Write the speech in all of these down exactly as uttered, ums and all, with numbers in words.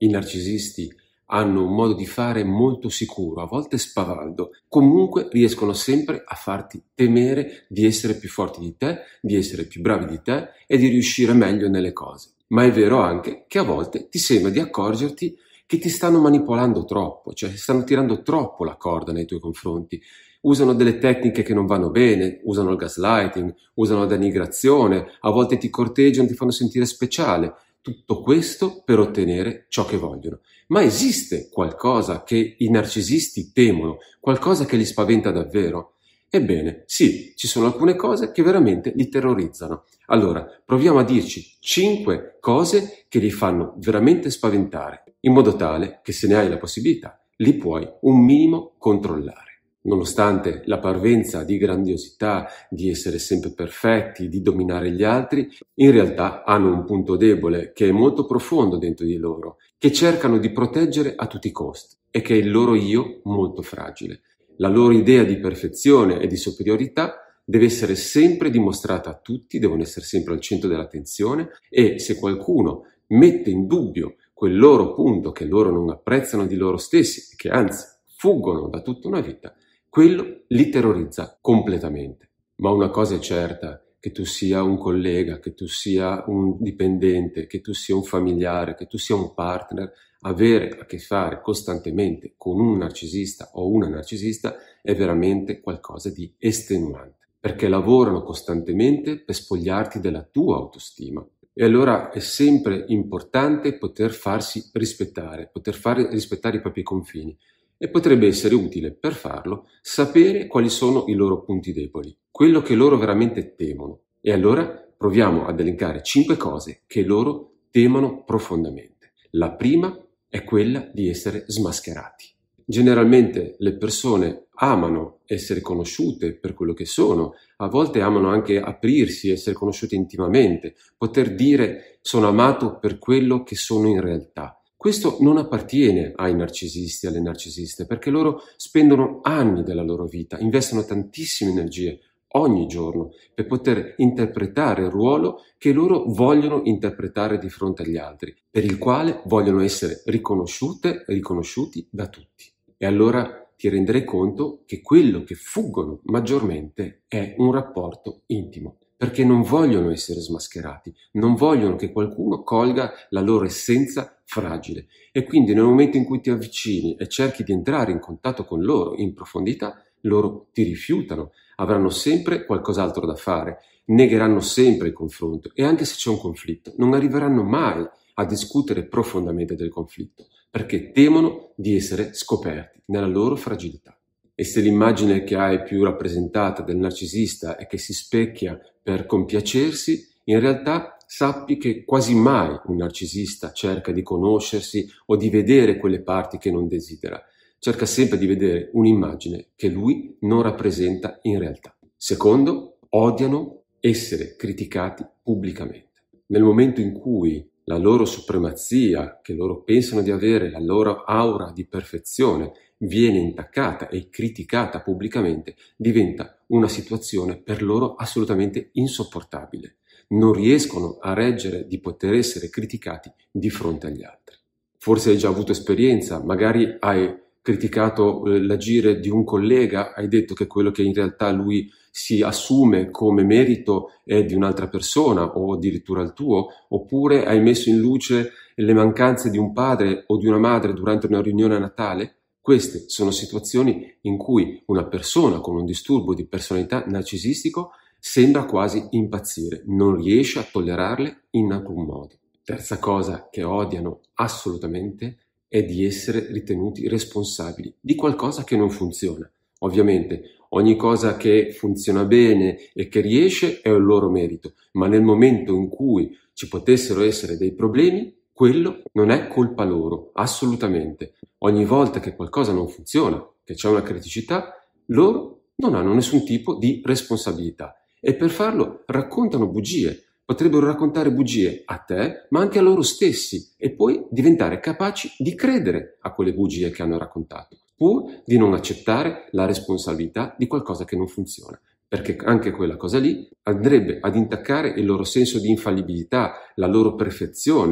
i narcisisti hanno un modo di fare molto sicuro, a volte spavaldo, comunque riescono sempre a farti temere di essere più forti di te, di essere più bravi di te e di riuscire meglio nelle cose. Ma è vero anche che a volte ti sembra di accorgerti che ti stanno manipolando troppo, cioè stanno tirando troppo la corda nei tuoi confronti. Usano delle tecniche che non vanno bene, usano il gaslighting, usano la denigrazione, a volte ti corteggiano, ti fanno sentire speciale. Tutto questo per ottenere ciò che vogliono. Ma esiste qualcosa che i narcisisti temono, qualcosa che li spaventa davvero? Ebbene, sì, ci sono alcune cose che veramente li terrorizzano. Allora, proviamo a dirci cinque cose che li fanno veramente spaventare, in modo tale che se ne hai la possibilità, li puoi un minimo controllare. Nonostante la parvenza di grandiosità, di essere sempre perfetti, di dominare gli altri, in realtà hanno un punto debole che è molto profondo dentro di loro, che cercano di proteggere a tutti i costi e che è il loro io molto fragile. La loro idea di perfezione e di superiorità deve essere sempre dimostrata a tutti, devono essere sempre al centro dell'attenzione e se qualcuno mette in dubbio quel loro punto che loro non apprezzano di loro stessi e che anzi fuggono da tutta una vita, quello li terrorizza completamente. Ma una cosa è certa, che tu sia un collega, che tu sia un dipendente, che tu sia un familiare, che tu sia un partner, avere a che fare costantemente con un narcisista o una narcisista è veramente qualcosa di estenuante, perché lavorano costantemente per spogliarti della tua autostima. E allora è sempre importante poter farsi rispettare, poter fare rispettare i propri confini. E potrebbe essere utile per farlo sapere quali sono i loro punti deboli, quello che loro veramente temono. E allora proviamo ad elencare cinque cose che loro temono profondamente. La prima è quella di essere smascherati. Generalmente le persone amano essere conosciute per quello che sono, a volte amano anche aprirsi, essere conosciute intimamente, poter dire sono amato per quello che sono in realtà. Questo non appartiene ai narcisisti, alle narcisiste, perché loro spendono anni della loro vita, investono tantissime energie ogni giorno per poter interpretare il ruolo che loro vogliono interpretare di fronte agli altri, per il quale vogliono essere riconosciute e riconosciuti da tutti. E allora ti renderai conto che quello che fuggono maggiormente è un rapporto intimo, perché non vogliono essere smascherati, non vogliono che qualcuno colga la loro essenza fragile e quindi nel momento in cui ti avvicini e cerchi di entrare in contatto con loro in profondità, loro ti rifiutano, avranno sempre qualcos'altro da fare, negheranno sempre il confronto e anche se c'è un conflitto non arriveranno mai a discutere profondamente del conflitto perché temono di essere scoperti nella loro fragilità. E se l'immagine che hai più rappresentata del narcisista è che si specchia per compiacersi, in realtà sappi che quasi mai un narcisista cerca di conoscersi o di vedere quelle parti che non desidera. Cerca sempre di vedere un'immagine che lui non rappresenta in realtà. Secondo, odiano essere criticati pubblicamente. Nel momento in cui la loro supremazia, che loro pensano di avere, la loro aura di perfezione, viene intaccata e criticata pubblicamente, diventa una situazione per loro assolutamente insopportabile. Non riescono a reggere di poter essere criticati di fronte agli altri. Forse hai già avuto esperienza, magari hai criticato eh, l'agire di un collega, hai detto che quello che in realtà lui si assume come merito è di un'altra persona o addirittura il tuo, oppure hai messo in luce le mancanze di un padre o di una madre durante una riunione a Natale. Queste sono situazioni in cui una persona con un disturbo di personalità narcisistico sembra quasi impazzire, non riesce a tollerarle in alcun modo. Terza cosa che odiano assolutamente è di essere ritenuti responsabili di qualcosa che non funziona. Ovviamente ogni cosa che funziona bene e che riesce è un loro merito, ma nel momento in cui ci potessero essere dei problemi, quello non è colpa loro, assolutamente. Ogni volta che qualcosa non funziona, che c'è una criticità, loro non hanno nessun tipo di responsabilità e per farlo raccontano bugie. Potrebbero raccontare bugie a te, ma anche a loro stessi e poi diventare capaci di credere a quelle bugie che hanno raccontato, pur di non accettare la responsabilità di qualcosa che non funziona, perché anche quella cosa lì andrebbe ad intaccare il loro senso di infallibilità, la loro perfezione,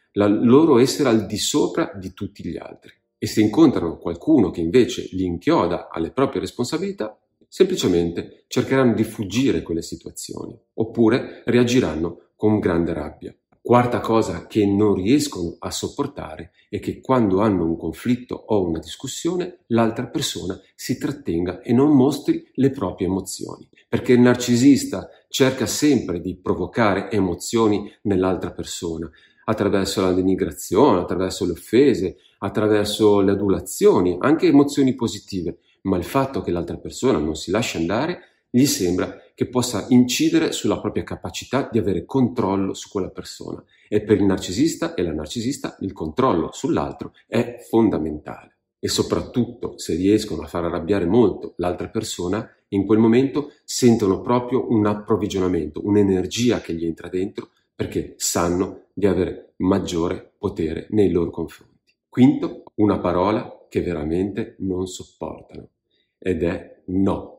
la loro essere al di sopra di tutti gli altri. E se incontrano qualcuno che invece li inchioda alle proprie responsabilità, semplicemente cercheranno di fuggire quelle situazioni, oppure reagiranno con grande rabbia. Quarta cosa che non riescono a sopportare è che quando hanno un conflitto o una discussione, l'altra persona si trattenga e non mostri le proprie emozioni. Perché il narcisista cerca sempre di provocare emozioni nell'altra persona, attraverso la denigrazione, attraverso le offese, attraverso le adulazioni, anche emozioni positive. Ma il fatto che l'altra persona non si lasci andare gli sembra che possa incidere sulla propria capacità di avere controllo su quella persona. E per il narcisista e la narcisista il controllo sull'altro è fondamentale. E soprattutto se riescono a far arrabbiare molto l'altra persona, in quel momento sentono proprio un approvvigionamento, un'energia che gli entra dentro perché sanno di avere maggiore potere nei loro confronti. Quinto, una parola che veramente non sopportano ed è no.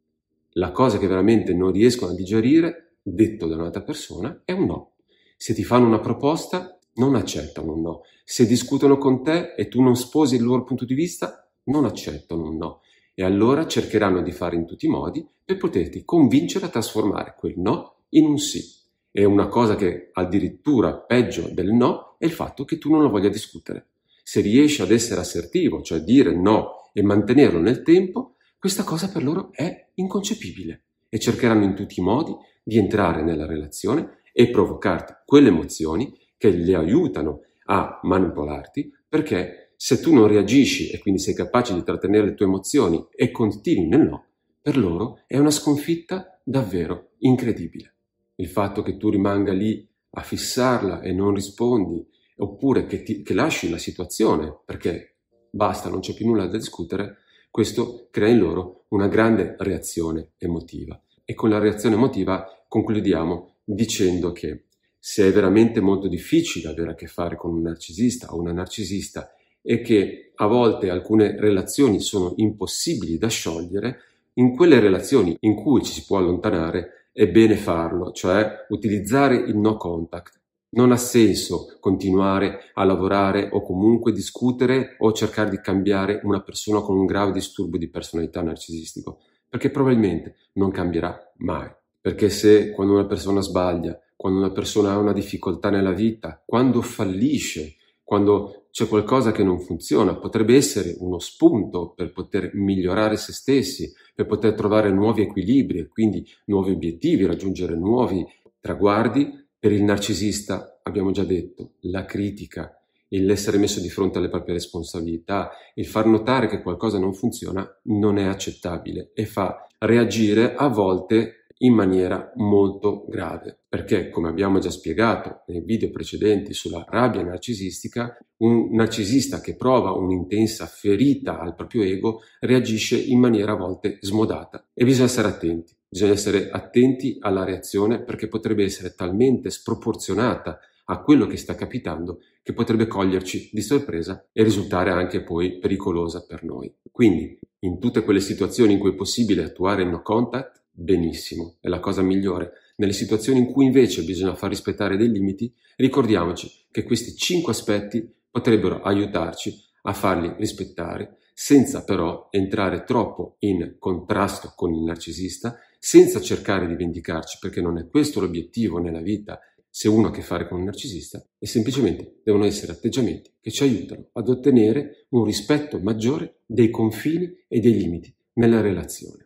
La cosa che veramente non riescono a digerire, detto da un'altra persona, è un no. Se ti fanno una proposta, non accettano un no. Se discutono con te e tu non sposi il loro punto di vista, non accettano un no. E allora cercheranno di fare in tutti i modi per poterti convincere a trasformare quel no in un sì. E una cosa che addirittura peggio del no è il fatto che tu non lo voglia discutere. Se riesci ad essere assertivo, cioè dire no e mantenerlo nel tempo, questa cosa per loro è inconcepibile e cercheranno in tutti i modi di entrare nella relazione e provocarti quelle emozioni che le aiutano a manipolarti, perché se tu non reagisci e quindi sei capace di trattenere le tue emozioni e continui nel no, per loro è una sconfitta davvero incredibile. Il fatto che tu rimanga lì a fissarla e non rispondi, oppure che, ti, che lasci la situazione perché basta, non c'è più nulla da discutere, questo crea in loro una grande reazione emotiva. E con la reazione emotiva concludiamo dicendo che se è veramente molto difficile avere a che fare con un narcisista o una narcisista e che a volte alcune relazioni sono impossibili da sciogliere, in quelle relazioni in cui ci si può allontanare è bene farlo, cioè utilizzare il no contact. Non ha senso continuare a lavorare o comunque discutere o cercare di cambiare una persona con un grave disturbo di personalità narcisistico, perché probabilmente non cambierà mai. Perché se quando una persona sbaglia, quando una persona ha una difficoltà nella vita, quando fallisce, quando c'è qualcosa che non funziona, potrebbe essere uno spunto per poter migliorare se stessi, per poter trovare nuovi equilibri e quindi nuovi obiettivi, raggiungere nuovi traguardi. Per il narcisista, abbiamo già detto, la critica, l'essere messo di fronte alle proprie responsabilità, il far notare che qualcosa non funziona non è accettabile e fa reagire a volte in maniera molto grave. Perché, come abbiamo già spiegato nei video precedenti sulla rabbia narcisistica, un narcisista che prova un'intensa ferita al proprio ego reagisce in maniera a volte smodata e bisogna stare attenti. Bisogna essere attenti alla reazione perché potrebbe essere talmente sproporzionata a quello che sta capitando che potrebbe coglierci di sorpresa e risultare anche poi pericolosa per noi. Quindi, in tutte quelle situazioni in cui è possibile attuare il no contact, benissimo, è la cosa migliore. Nelle situazioni in cui invece bisogna far rispettare dei limiti, ricordiamoci che questi cinque aspetti potrebbero aiutarci a farli rispettare, senza però entrare troppo in contrasto con il narcisista, senza cercare di vendicarci, perché non è questo l'obiettivo nella vita se uno ha a che fare con un narcisista, e semplicemente devono essere atteggiamenti che ci aiutano ad ottenere un rispetto maggiore dei confini e dei limiti nella relazione.